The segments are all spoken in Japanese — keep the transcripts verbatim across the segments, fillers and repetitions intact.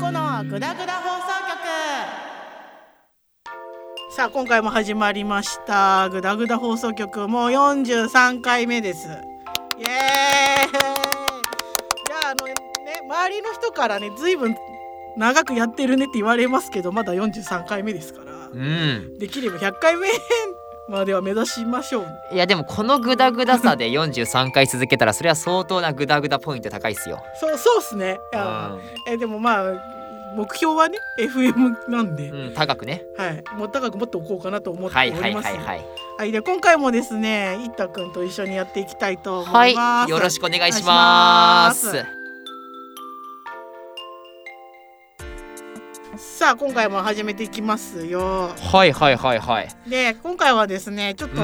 子のグダグダ放送局。さあ今回も始まりましたグダグダ放送局、もうよんじゅうさんかいめです。イエーイ。いやあのね、周りの人からねずいぶん長くやってるねって言われますけど、まだよんじゅうさんかいめですから、 うん、 できればひゃっかいめまでは目指しましょう。 いやでもこのグダグダさでよんじゅうさんかい続けたらそれは相当なグダグダポイント高いっすよ。 そうそうっすね。いや、うん、えでもまあ目標はね エフエム なんで、 うん、高くね、 はい、もう高く持っておこうかなと思っております。はいはいはいはい、はい、で今回もですねいったくんと一緒にやっていきたいと思います。 はい、よろしくお願いします。 さあ今回も始めていきますよ。 はいはいはいはい。 で今回はですねちょっと、うん、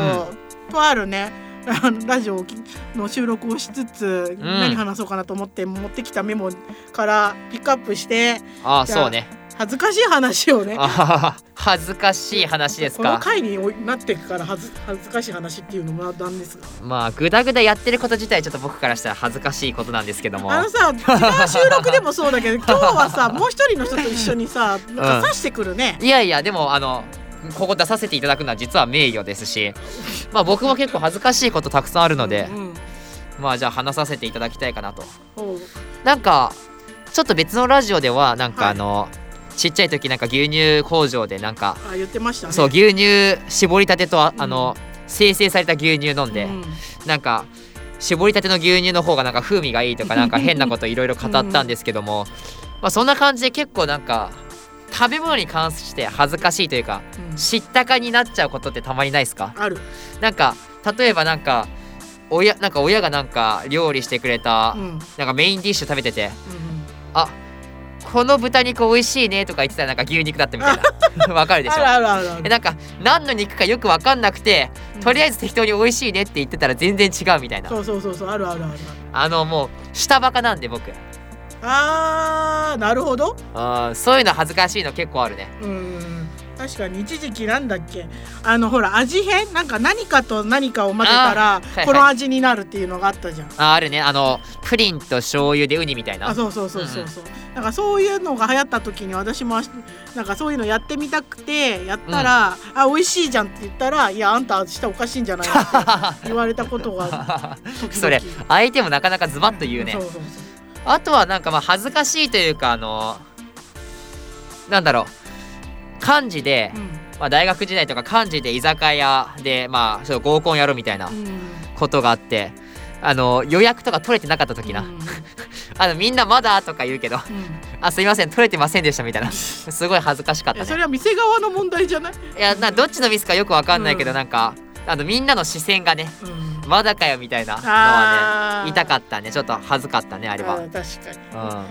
とあるねラジオの収録をしつつ、うん、何話そうかなと思って持ってきたメモからピックアップして、 ああそうね、 恥ずかしい話をね、 あ恥ずかしい話ですか。 この回になってから恥ず、恥ずかしい話っていうのもなんですが、 まあグダグダやってること自体ちょっと僕からしたら恥ずかしいことなんですけども、 あのさ違う収録でもそうだけど今日はさもう一人の人と一緒にさなんか刺してくるね、 うん、いやいやでもあのここ出させていただくのは実は名誉ですし、まあ僕も結構恥ずかしいことたくさんあるので、うんうん、まあじゃあ話させていただきたいかなと。なんかちょっと別のラジオではなんかあの、はい、ちっちゃい時なんか牛乳工場でなんかあ言ってましたね。 そう牛乳絞りたてとあ、うん、あの生成された牛乳飲んで、うん、なんか絞りたての牛乳の方がなんか風味がいいとかなんか変なこといろいろ語ったんですけども、うん、まあそんな感じで結構なんか食べ物に関して恥ずかしいというか、うん、知ったかになっちゃうことってたまにないですか？ ある。 なんか例えばなんか親なんか親がなんか料理してくれた、うん、なんかメインディッシュ食べてて、うんうん、あこの豚肉美味しいねとか言ってたらなんか牛肉だったみたいなわかるでしょ？ あるあるある。 なんか何の肉かよく分かんなくて、うん、とりあえず適当に美味しいねって言ってたら全然違うみたいな。 そうそうそうそう、あるあるある。 あのもう下バカなんで僕。 あーなるほど。 あそういうの恥ずかしいの結構あるね。 うん確かに一時期なんだっけあのほら味変なんか何かと何かを混ぜたら、はいはい、この味になるっていうのがあったじゃん。 ああるね、あのプリンと醤油でウニみたいな。 あそうそうそうそうそう、うん、なんかそういうのが流行った時に私もなんかそういうのやってみたくてやったら、うん、あ美味しいじゃんって言ったらいやあんた舌おかしいんじゃないって言われたことが時々それ相手もなかなかズバッと言うね。そうそうそう。あとはなんかまあ恥ずかしいというかあのなんだろう漢字で、うんまあ、大学時代とか漢字で居酒屋でまあちょっと合コンやろうみたいなことがあって、うん、あの予約とか取れてなかった時な、うん、あのみんなまだとか言うけど、うん、あすいません取れてませんでしたみたいなすごい恥ずかしかったね。 それは店側の問題じゃない？ いやなどっちのミスかよく分かんないけど、うん、なんかあのみんなの視線がね、うん、まだかよみたいなのはね痛かったね。ちょっと恥ずかったねあれは。あ確かに、 うん、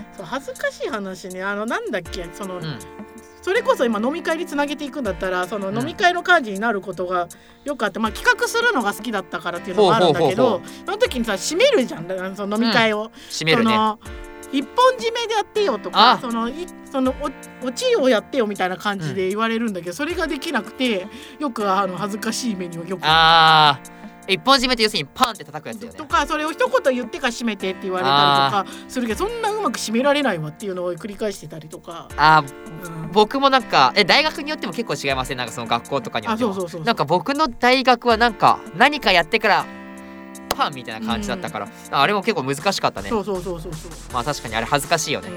そう恥ずかしい話ね。あのなんだっけその、うんそれこそ今飲み会につなげていくんだったらその飲み会の幹事になることがよくあって、まあ、企画するのが好きだったからっていうのもあるんだけど、ほうほうほうほうその時にさ締めるじゃんその飲み会を、うん、 締めるね。 一本締めでやってよとかそのいそのおオチをやってよみたいな感じで言われるんだけど、うん、それができなくてよくあの恥ずかしい目にをよくあ一本締めって要するにパンって叩くやつだよね。 とかそれを一言言ってから締めてって言われたりとかするけどそんなうまく締められないわっていうのを繰り返してたりとか。 あ、うん、僕もなんかえ大学によっても結構違いません、ね、なんかその学校とかによっても。あそうそうそうそうなんか僕の大学はなんか何かやってからパンみたいな感じだったから、うん、あれも結構難しかったね。 そうそうそうそうそうまあ確かにあれ恥ずかしいよね、うん、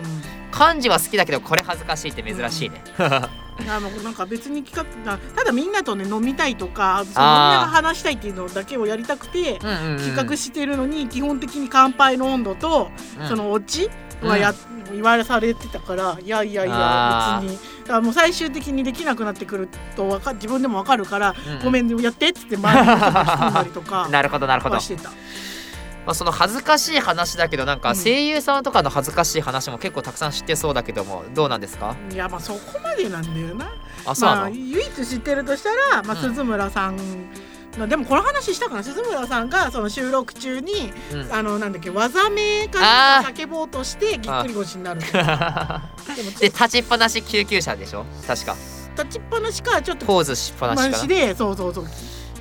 漢字は好きだけどこれ恥ずかしいって珍しいね、うんあのなんか別に企画ただみんなとね飲みたいとかそのみんなが話したいっていうのだけをやりたくて企画してるのに基本的に乾杯の温度と、うん、そのオチはや、うん、言われされてたからいやいやいや別にだからもう最終的にできなくなってくるとわか自分でもわかるから、うん、ごめんやってっつって周りの人が引き込んだりとかなるほどなるほどしてた。 まあ、その恥ずかしい話だけどなんか声優さんとかの恥ずかしい話も結構たくさん知ってそうだけどもどうなんですか？ いやまあそこまでなんだよな。 あそうなの、 まあ、唯一知ってるとしたら、まあ、鈴村さん、うん、でもこの話したかな。鈴村さんがその収録中に、うん、あのなんだっけ技名から叫ぼうとしてぎっくり腰になるで立ちっぱなし救急車でしょ確か。 立ちっぱなしかちょっとポーズしっぱなしかなでそうそうそうい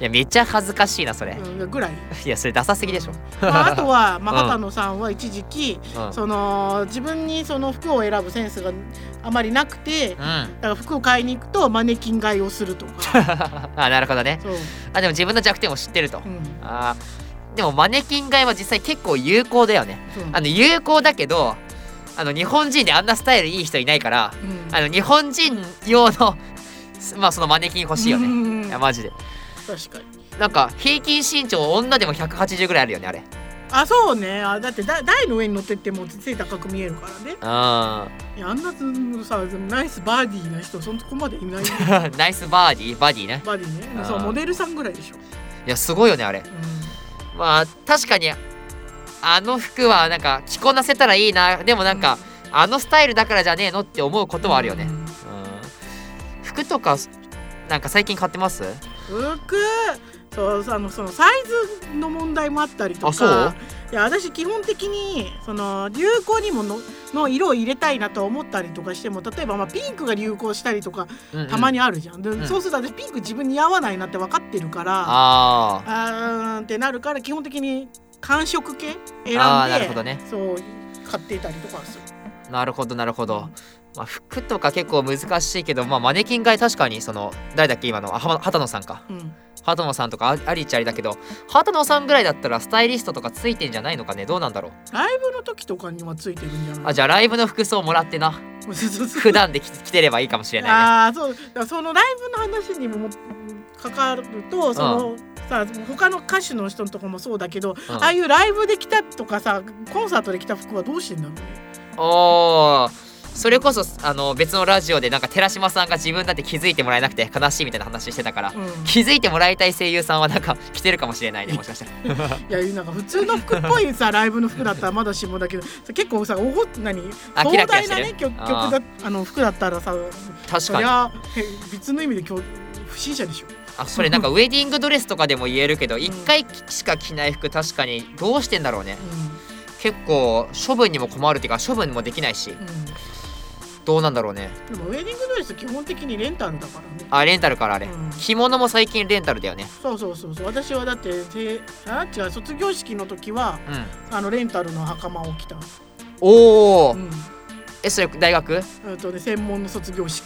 いやめっちゃ恥ずかしいなそれ、 うん、ぐらい。 いやそれダサすぎでしょ、 うんまあ、あとは、まあ、畑野さんは一時期、うん、その自分にその服を選ぶセンスがあまりなくて、うん、だから服を買いに行くとマネキン買いをするとかあなるほどね。あでも自分の弱点を知ってると、うん、あでもマネキン買いは実際結構有効だよね、うん、あの有効だけどあの日本人であんなスタイルいい人いないから、うん、あの日本人用のまあそのマネキン欲しいよね、うん、いやマジで確かになんか平均身長女でもひゃくはちじゅうぐらいあるよねあれ。 あそうねあだって台の上に乗ってっても背高く見えるからね。あいやあんなさナイスバーディーな人そこまでいないナイスバーディーバディねバディねそうモデルさんぐらいでしょ。 いやすごいよねあれ、うん、まあ確かにあの服はなんか着こなせたらいいなでもなんか、うん、あのスタイルだからじゃねえのって思うことはあるよね、うんうん、服とかなんか最近買ってます？ 服そうあのそのサイズの問題もあったりとか。 あそういや私基本的にその流行にも の, の色を入れたいなと思ったりとかしても例えばまあピンクが流行したりとかたまにあるじゃん、うんうん、でそうすると私ピンク自分に合わないなって分かってるからああってなるから基本的に寒色系選んでなるほど、ね、 そう買ってたりとかする。 なるほどなるほど、まあ、服とか結構難しいけど、まあ、マネキン買い確かにその誰だっけ今のあ畑野さんか、うん、畑野さんとかありっちゃありだけど畑野さんぐらいだったらスタイリストとかついてんじゃないのかね。どうなんだろう。 ライブの時とかにはついてるんじゃない。 あじゃあライブの服装もらってな普段で 着, 着てればいいかもしれないね。 あそうだそのライブの話にも関わるとその、うんさ他の歌手の人とかもそうだけど、うん、ああいうライブで着たとかさコンサートで着た服はどうしてんだろうね。 おーそれこそあの別のラジオでなんか寺島さんが自分だって気づいてもらえなくて悲しいみたいな話してたから、うん、気づいてもらいたい声優さんはなんか着てるかもしれないねもしかしたらいやなんか普通の服っぽいさライブの服だったらまだしもだけど結構さおご何壮大なね曲曲だあの服だったらさ確かにそりゃ別の意味で不審者でしょ。 あそれなんかウェディングドレスとかでも言えるけどいっかいしか着ない服確かにどうしてんだろうね、うん、結構処分にも困るっていうか処分もできないし、うん、どうなんだろうね。 でもウェディングドレス基本的にレンタルだからね。 あレンタルからあれ、うん、着物も最近レンタルだよね。 そうそうそうそう私はだってあ違う卒業式の時は、うん、あのレンタルの袴を着た。 おお、うん、えそれ大学えっとね専門の卒業式。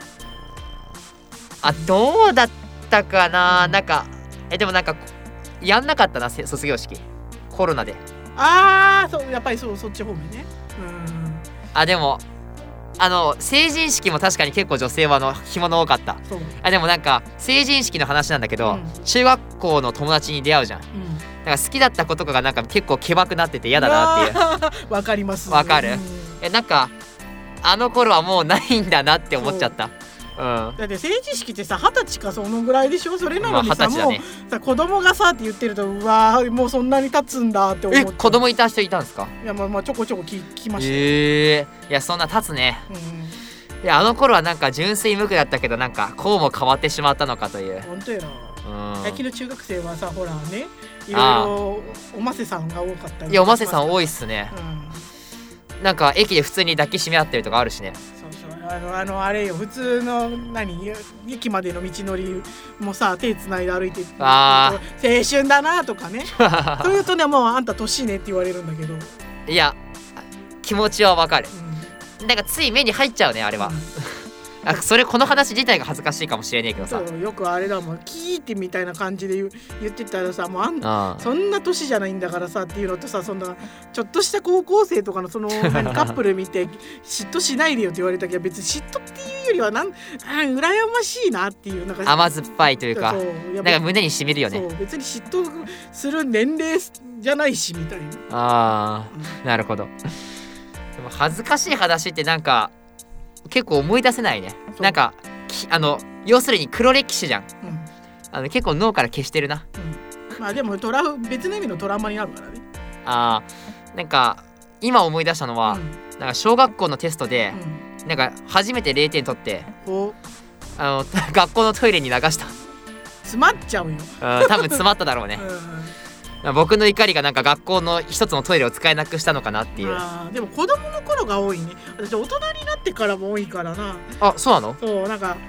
あどうだったかな。なんかえでもなんかやんなかったな卒業式コロナで。 ああそうやっぱりそうそっち方面ね。うんあでもあの成人式も確かに結構女性はあの着物多かった。あでもなんか成人式の話なんだけど、うん、中学校の友達に出会うじゃん、うん、なんか好きだった子とかがなんか結構けばくなってて嫌だなっていうわかりますわかる、うん、えなんかあの頃はもうないんだなって思っちゃった。うん、 だって成人式ってさ二十歳かそのぐらいでしょ。それなのにさ、まあね、もうさ子供がさって言ってるとうわーもうそんなに経つんだって思って。 え子供いた人いたんですか。 いやまあまあちょこちょこ聞きました。 えー、いやそんな経つね、うん、いやあの頃はなんか純粋無垢だったけどなんかこうも変わってしまったのかという。 本当やな、うん、最近の中学生はさほらねいろいろおませさんが多かったり。 いやおませさん多いっすね、うん、なんか駅で普通に抱きしめ合ってるとかあるしね。 あのあのあれよ普通の何駅までの道のりもさ手つないで歩いてあ青春だなとかねそういうとねもうあんた年ねって言われるんだけどいや気持ちはわかる、うん、なんかつい目に入っちゃうねあれは、うんあそれこの話自体が恥ずかしいかもしれねえけどさ。 そうよくあれだもんキーってみたいな感じで 言, 言ってたらさもうあんあそんな年じゃないんだからさっていうのとさそんなちょっとした高校生とかのその何カップル見て嫉妬しないでよって言われたけど別に嫉妬っていうよりはなんあ羨ましいなっていうなんか甘酸っぱいというかなんか胸にしみるよね。 そう別に嫉妬する年齢じゃないしみたいな。 あー、うん、なるほど。でも恥ずかしい話ってなんか結構思い出せないね。なんかあの要するに黒歴史じゃん、うん、あの結構脳から消してるな、 うん、まあでもトラウ別の意味のトラウマになるからね。 あーなんか今思い出したのは、うん、なんか小学校のテストで、うん、なんか初めてれいてん取ってあの学校のトイレに流した。 詰まっちゃうよ、うん、 多分詰まっただろうね、うん、僕の怒りがなんか学校の一つのトイレを使えなくしたのかなっていう。 あでも子供の頃が多いね。私大人になってからも多いからな。 あそうなの。 そうなんか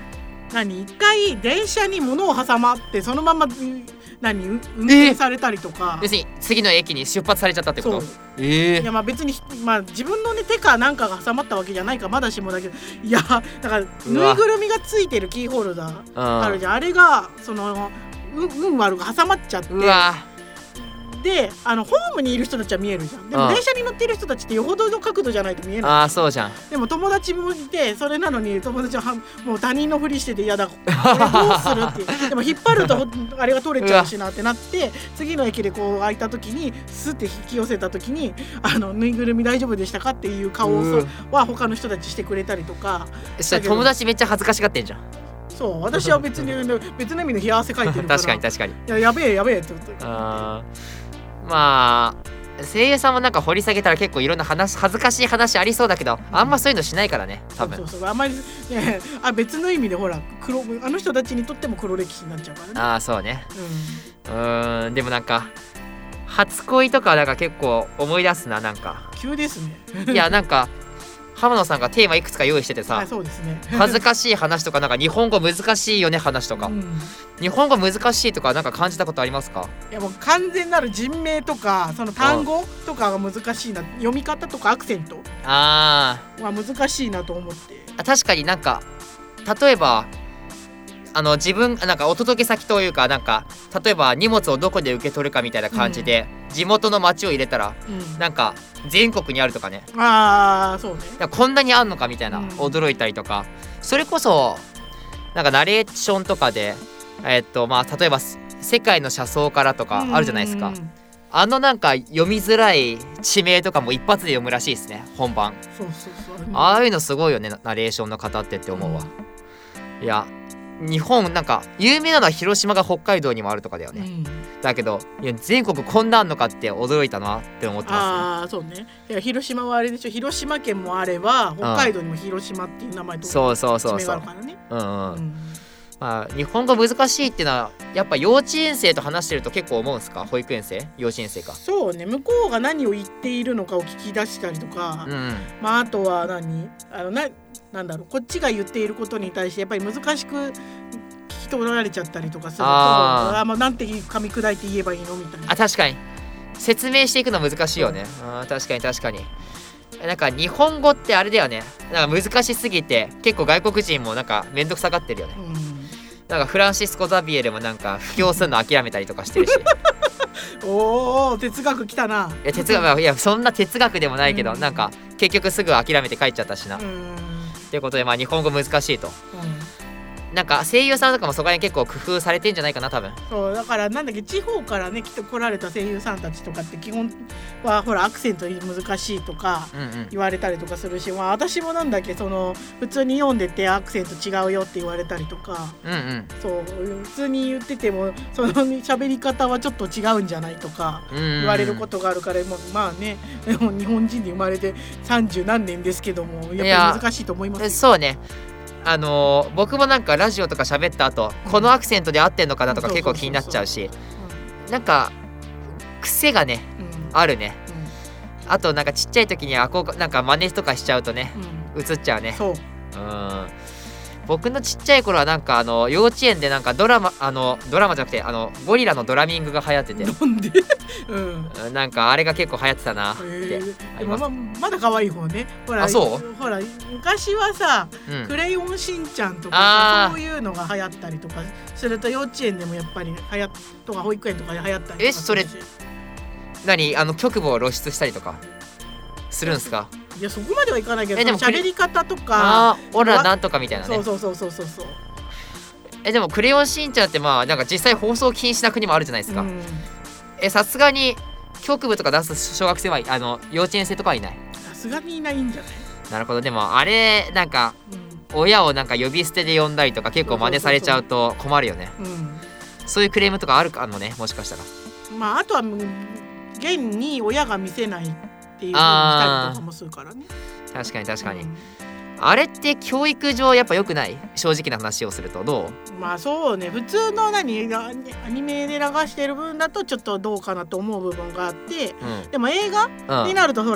何一回電車に物を挟まってそのまま何運転されたりとか、 別に次の駅に出発されちゃったってこと？えー、 いやまあ別に、まあ、自分の、ね、手かなんかが挟まったわけじゃないかまだしもだけど、いやだからぬいぐるみがついてるキーホルダーあるじゃん、あれがその運悪が挟まっちゃって、うわであのホームにいる人たちは見えるじゃん。でも電車に乗っている人たちってよほどの角度じゃないと見えない。 ああそうじゃん。 でも友達もいてそれなのに友達はもう他人のふりしてて、いやだこれどうするってでも引っ張るとあれが取れちゃうしなってなって次の駅でこう開いた時にスッて引き寄せた時にあのぬいぐるみ大丈夫でしたかっていう顔は他の人たちしてくれたりとか。 それ友達めっちゃ恥ずかしがってんじゃん。 そう私は別に別の意味の冷や汗かいてるから確かに確かにいややべえやべえって思って。 あまあ声優さんもなんか掘り下げたら結構いろんな話恥ずかしい話ありそうだけど、あんまそういうのしないからね多分。 そうそうそうあんまり、ね、あ別の意味でほら黒あの人たちにとっても黒歴史になっちゃうからね。 ああそうね、うん、うーんでもなんか初恋とかなんか結構思い出すな。なんか急ですねいやなんか浜野さんがテーマいくつか用意しててさ、 そうですね、 恥ずかしい話とかなんか日本語難しいよね話とか、うん、日本語難しいとかなんか感じたことありますか？ いやもう完全なる人名とかその単語とかが難しいな、読み方とかアクセントは難しいなと思って。 あ確かになんか例えばあの自分なんかお届け先というかなんか例えば荷物をどこで受け取るかみたいな感じで、うん、地元の町を入れたら、うん、なんか全国にあるとかね。 ああそうね。 こんなにあんのかみたいな、うん、驚いたりとか。それこそなんかナレーションとかでえー、っとまあ例えば世界の車窓からとかあるじゃないですか、うんうんうん、あのなんか読みづらい地名とかも一発で読むらしいですね本番。 そうそうそう、 ああいうのすごいよねナレーションの方ってって思うわ、うん、いや日本なんか有名なのは広島が北海道にもあるとかだよね、うん、だけどいや全国こんなあんのかって驚いたなって思ってますね。 ああそうね。いや広島はあれでしょ、広島県もあれば北海道にも広島っていう名前とか、 そうそうそうそう、うんうん、うん、まあ日本語難しいっていうのはやっぱ幼稚園生と話してると結構思うんですか？保育園生幼稚園生か。 そうね、向こうが何を言っているのかを聞き出したりとか、うん、まああとは何あのななんだろうこっちが言っていることに対してやっぱり難しく聞き取られちゃったりとかすると、ああ、まあ、なんて噛み砕いて言えばいいのみたいな。 あ確かに説明していくの難しいよね、うん、あ確かに確かに。なんか日本語ってあれだよね、なんか難しすぎて結構外国人もなんかめんどくさがってるよね、うん、なんかフランシスコ・ザビエルもなんか布教するの諦めたりとかしてるしおー哲学きたな。 いや哲学いやそんな哲学でもないけど、うん、なんか結局すぐ諦めて帰っちゃったしな、うん、っていうことでまあ日本語難しいと、うん、なんか声優さんとかもそこら辺結構工夫されてんじゃないかな多分。 そうだからなんだっけ地方からね来て来られた声優さんたちとかって基本はほらアクセント難しいとか言われたりとかするし、うんうん、まあ、私もなんだっけその普通に読んでてアクセント違うよって言われたりとか、うんうん、そう普通に言っててもその喋り方はちょっと違うんじゃないとか言われることがあるから、もうまあねでも日本人で生まれて三十何年ですけどもやっぱり難しいと思いますよ。 そうね、あのー、僕もなんかラジオとか喋った後、うん、このアクセントで合ってんのかなとか結構気になっちゃうし、なんか癖がね、うん、あるね、うん、あとなんかちっちゃい時にあこうなんか真似とかしちゃうとね、うん、映っちゃうね。そう、うん僕のちっちゃい頃はなんかあの幼稚園でなんかドラマあのドラマじゃなくてあのゴリラのドラミングが流行ってて、 なんで、 うん、なんかあれが結構流行ってたなってでも ま, まだ可愛い方ね。ほらあそうほら昔はさ、うん、クレヨンしんちゃんとかそういうのが流行ったりとかすると幼稚園でもやっぱり流行っとか保育園とかで流行ったりとか。 えそれ何あの局部を露出したりとかするんですか？ いやそこまではいかないけど喋り方とかあオラなんとかみたいなね。 そうそうそうそうそうそう。 えでもクレヨンしんちゃんってまあなんか実際放送禁止な国もあるじゃないですか、うん、えさすがに局部とか出す小学生はあの幼稚園生とかはいない？ さすがにいないんじゃない？なるほど。でもあれなんか、うん、親をなんか呼び捨てで呼んだりとか結構真似されちゃうと困るよね。そうそうそうそう、うん、そういうクレームとかあるかのねもしかしたら。 まああとは現に親が見せないっていう風にしたりとかもするからね。 確かに確かに、うん、あれって教育上やっぱ良くない？正直な話をするとどう？ まあそうね、普通の何アニメで流してる分だとちょっとどうかなと思う部分があって、うん、でも映画、うん、になるとほら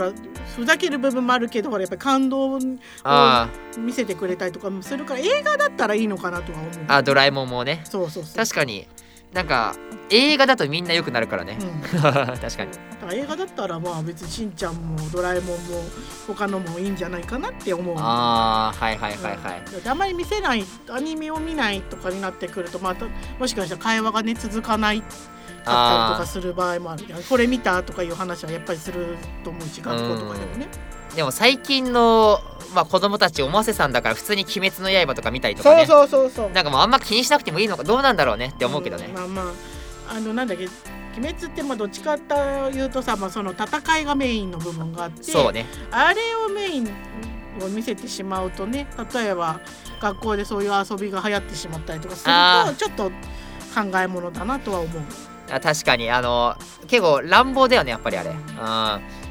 ふざける部分もあるけどほらやっぱり感動を見せてくれたりとかもするから映画だったらいいのかなとは思う。 あ、ドラえもんもね。 そうそうそう、 確かになんか映画だとみんな良くなるからね、うん、確かに。だから映画だったらまあ別にしんちゃんもドラえもんも他のもいいんじゃないかなって思う。 ああ、はいはいはいはい、 うん、あんまり見せないアニメを見ないとかになってくるとまたもしかしたら会話がね続かないかったりとかする場合もある。これ見たとかいう話はやっぱりすると思うし、学校とかでもね。 でも最近の、まあ、子供たちおませさんだから普通に鬼滅の刃とか見たりとかね。 そうそうそうそう。 なんかもうあんま気にしなくてもいいのかどうなんだろうねって思うけどね、 うん、まあまああのなんだっけ鬼滅ってまあどっちかというとさ、まあ、その戦いがメインの部分があって、 そうね、 あれをメインを見せてしまうとね、例えば学校でそういう遊びが流行ってしまったりとかするとちょっと考えものだなとは思う。 あ、確かにあの結構乱暴だよねやっぱりあれ、うん、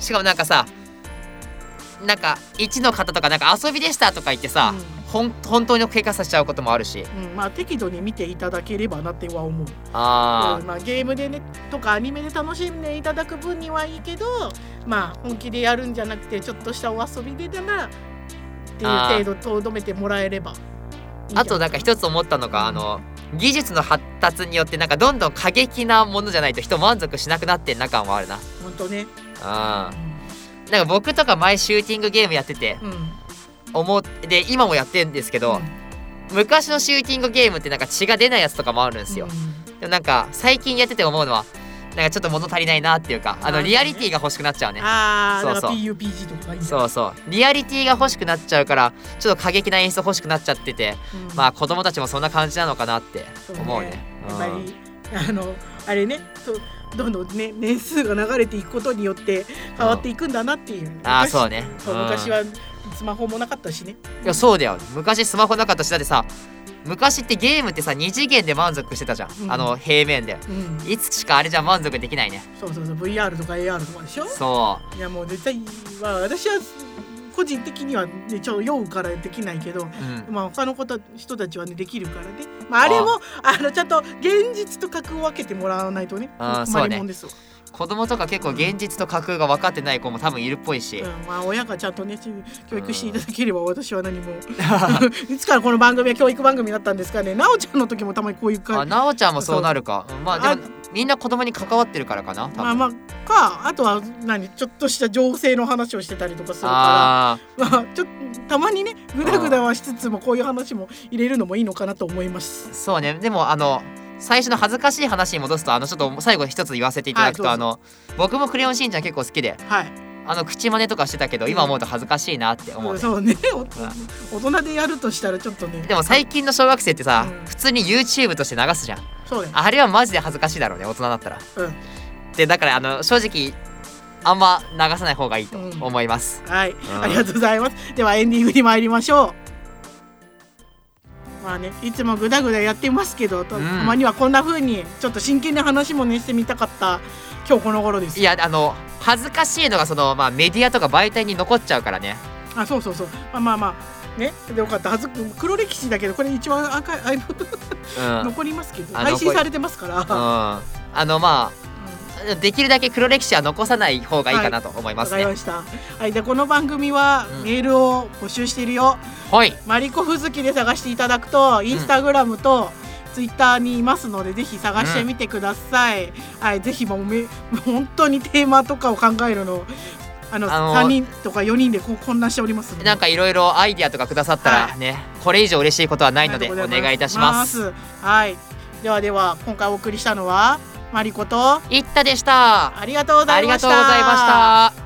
しかもなんかさなんか一の方とかなんか遊びでしたとか言ってさ、うん、ほん本当に怪我させちゃうこともあるし、 うん、まあ適度に見ていただければなっては思う。 あ、 うん、まあ、ゲームでねとかアニメで楽しんでいただく分にはいいけど、まあ本気でやるんじゃなくてちょっとしたお遊びでだなっていう程度とどめてもらえればいい。 あとなんか一つ思ったのが、うん、あの技術の発達によってなんかどんどん過激なものじゃないと人満足しなくなってんな感はあるな。 本当ね。 あ、うん、なんか僕とか前シューティングゲームやってて、うん、思って今もやってるんですけど、うん、昔のシューティングゲームってなんか血が出ないやつとかもあるんですよ、うん、でもなんか最近やってて思うのはなんかちょっと物足りないなっていうか、あのリアリティが欲しくなっちゃうね。 ああ、そうそう、ピーユーピージー とかいい。 そうそう、リアリティが欲しくなっちゃうからちょっと過激な演出欲しくなっちゃってて、うん、まあ子供たちもそんな感じなのかなって思うね。 やっぱりあのあれね、どんどんね年数が流れていくことによって変わっていくんだなっていう、うん、 ああそうね、 そう昔はスマホもなかったしね。 いやそうだよ、昔スマホなかったし、だってさ昔ってゲームってさに次元で満足してたじゃん、うん、あの平面で、うん、いつしかあれじゃ満足できないね。 そうそうそう、 ブイアール とか エーアール とかでしょ。 そう、 いやもう絶対、まあ、私は個人的にはねちょっと酔うからできないけど、うん、まあ他の人たちはねできるからね、まあ、あれもあのちゃんと現実と架空を分けてもらわないとね困りもんですわ。 子供とか結構現実と架空が分かってない子も多分いるっぽいし、 うん、まあ親がちゃんとね教育していただければ私は何もいつからこの番組は教育番組だったんですかね。なおちゃんの時もたまにこういう感じ。あ、なおちゃんもそうなるか。まあでもみんな子供に関わってるからかな多分。 まあまあか、あとは何ちょっとした情勢の話をしてたりとかするから、まあちょっとたまにねグダグダはしつつもこういう話も入れるのもいいのかなと思います。 そうね。でもあの最初の恥ずかしい話に戻すと、あのちょっと最後一つ言わせていただくと、はい、あの僕もクレヨンしんちゃん結構好きで、はい、あの口真似とかしてたけど、今思うと恥ずかしいなって思う、ね、 そうね、大人でやるとしたらちょっとね。 でも最近の小学生ってさ、うん、普通に YouTube として流すじゃん。 そうね、 あれはマジで恥ずかしいだろうね大人だったら、うん、でだからあの正直あんま流さない方がいいと思います、 うん、はい、うん、ありがとうございます。ではエンディングに参りましょう。まあね、いつもグダグダやってますけど、たまにはこんな風にちょっと真剣な話もねしてみたかった今日この頃です。 いやあの恥ずかしいのがその、まあ、メディアとか媒体に残っちゃうからね。 あ、そうそうそう、まあまあまあね、でよかった。はず黒歴史だけどこれ一番赤い、うん、残りますけど配信されてますから、うん、 あのまあできるだけ黒歴史は残さない方がいいかなと思いますね。 わかりました。はい、でこの番組はメールを募集しているよ。 うん、はい。 マリコフズキで探していただくと、インスタグラムとツイッターにいますので、ぜひ探してみてください。うん、はい、ぜひもうめ本当にテーマとかを考えるの。あの、あのー、さんにんとかよにんでこ混乱しておりますので、 なんかいろいろアイディアとかくださったらね、はい、これ以上嬉しいことはないのでお願いいたします。 はい、ではでは今回お送りしたのはマリコとイッタでした。 ありがとうございました。 ありがとうございました。